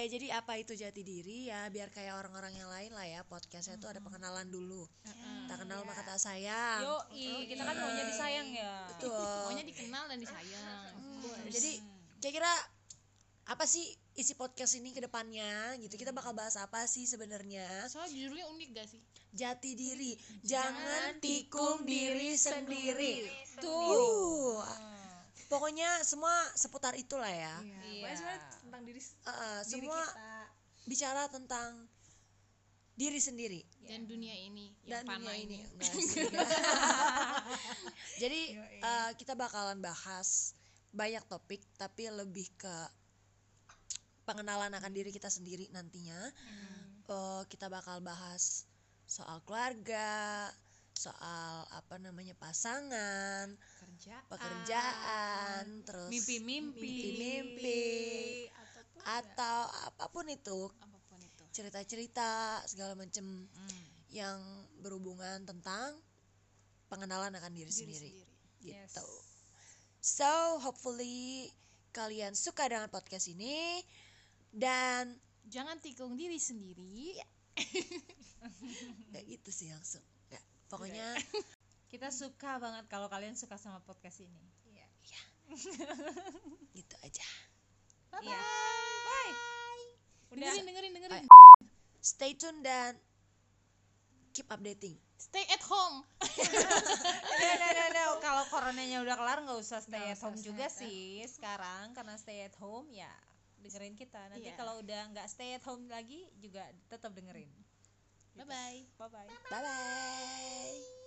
jadi apa itu jati diri ya, biar kayak orang-orang yang lain lah ya, podcastnya tuh ada pengenalan dulu. Tak kenal maka tak sayang. Kita kan maunya disayang ya. Betul. Maunya dikenal dan disayang. Jadi kira-kira apa sih isi podcast ini ke depannya gitu, kita bakal bahas apa sih sebenarnya? Soalnya judulnya unik gak sih? Jati diri, jangan tikung diri sendiri. Pokoknya semua seputar itulah ya. Pokoknya sebenarnya tentang diri Semua kita. bicara tentang diri sendiri Dan dunia ini dan yang panah dunia ini. Enggak sih. Jadi kita bakalan bahas banyak topik, tapi lebih ke pengenalan akan diri kita sendiri nantinya. Kita bakal bahas soal keluarga, soal pasangan, pekerjaan, terus mimpi, atau apapun itu, cerita-cerita segala macam yang berhubungan tentang pengenalan akan diri sendiri. Gitu. So hopefully kalian suka dengan podcast ini dan Jangan tikung diri sendiri. ya gitu sih langsung. Ya, pokoknya Kita suka banget kalau kalian suka sama podcast ini. gitu aja. Bye. Udah. Dengerin. Stay tune dan keep updating. Stay at home. No. Kalau coronanya udah kelar nggak usah stay at home juga sih sekarang, karena stay at home ya dengerin kita. Nanti kalau udah nggak stay at home lagi juga tetap dengerin. Bye bye. Bye bye. Bye bye.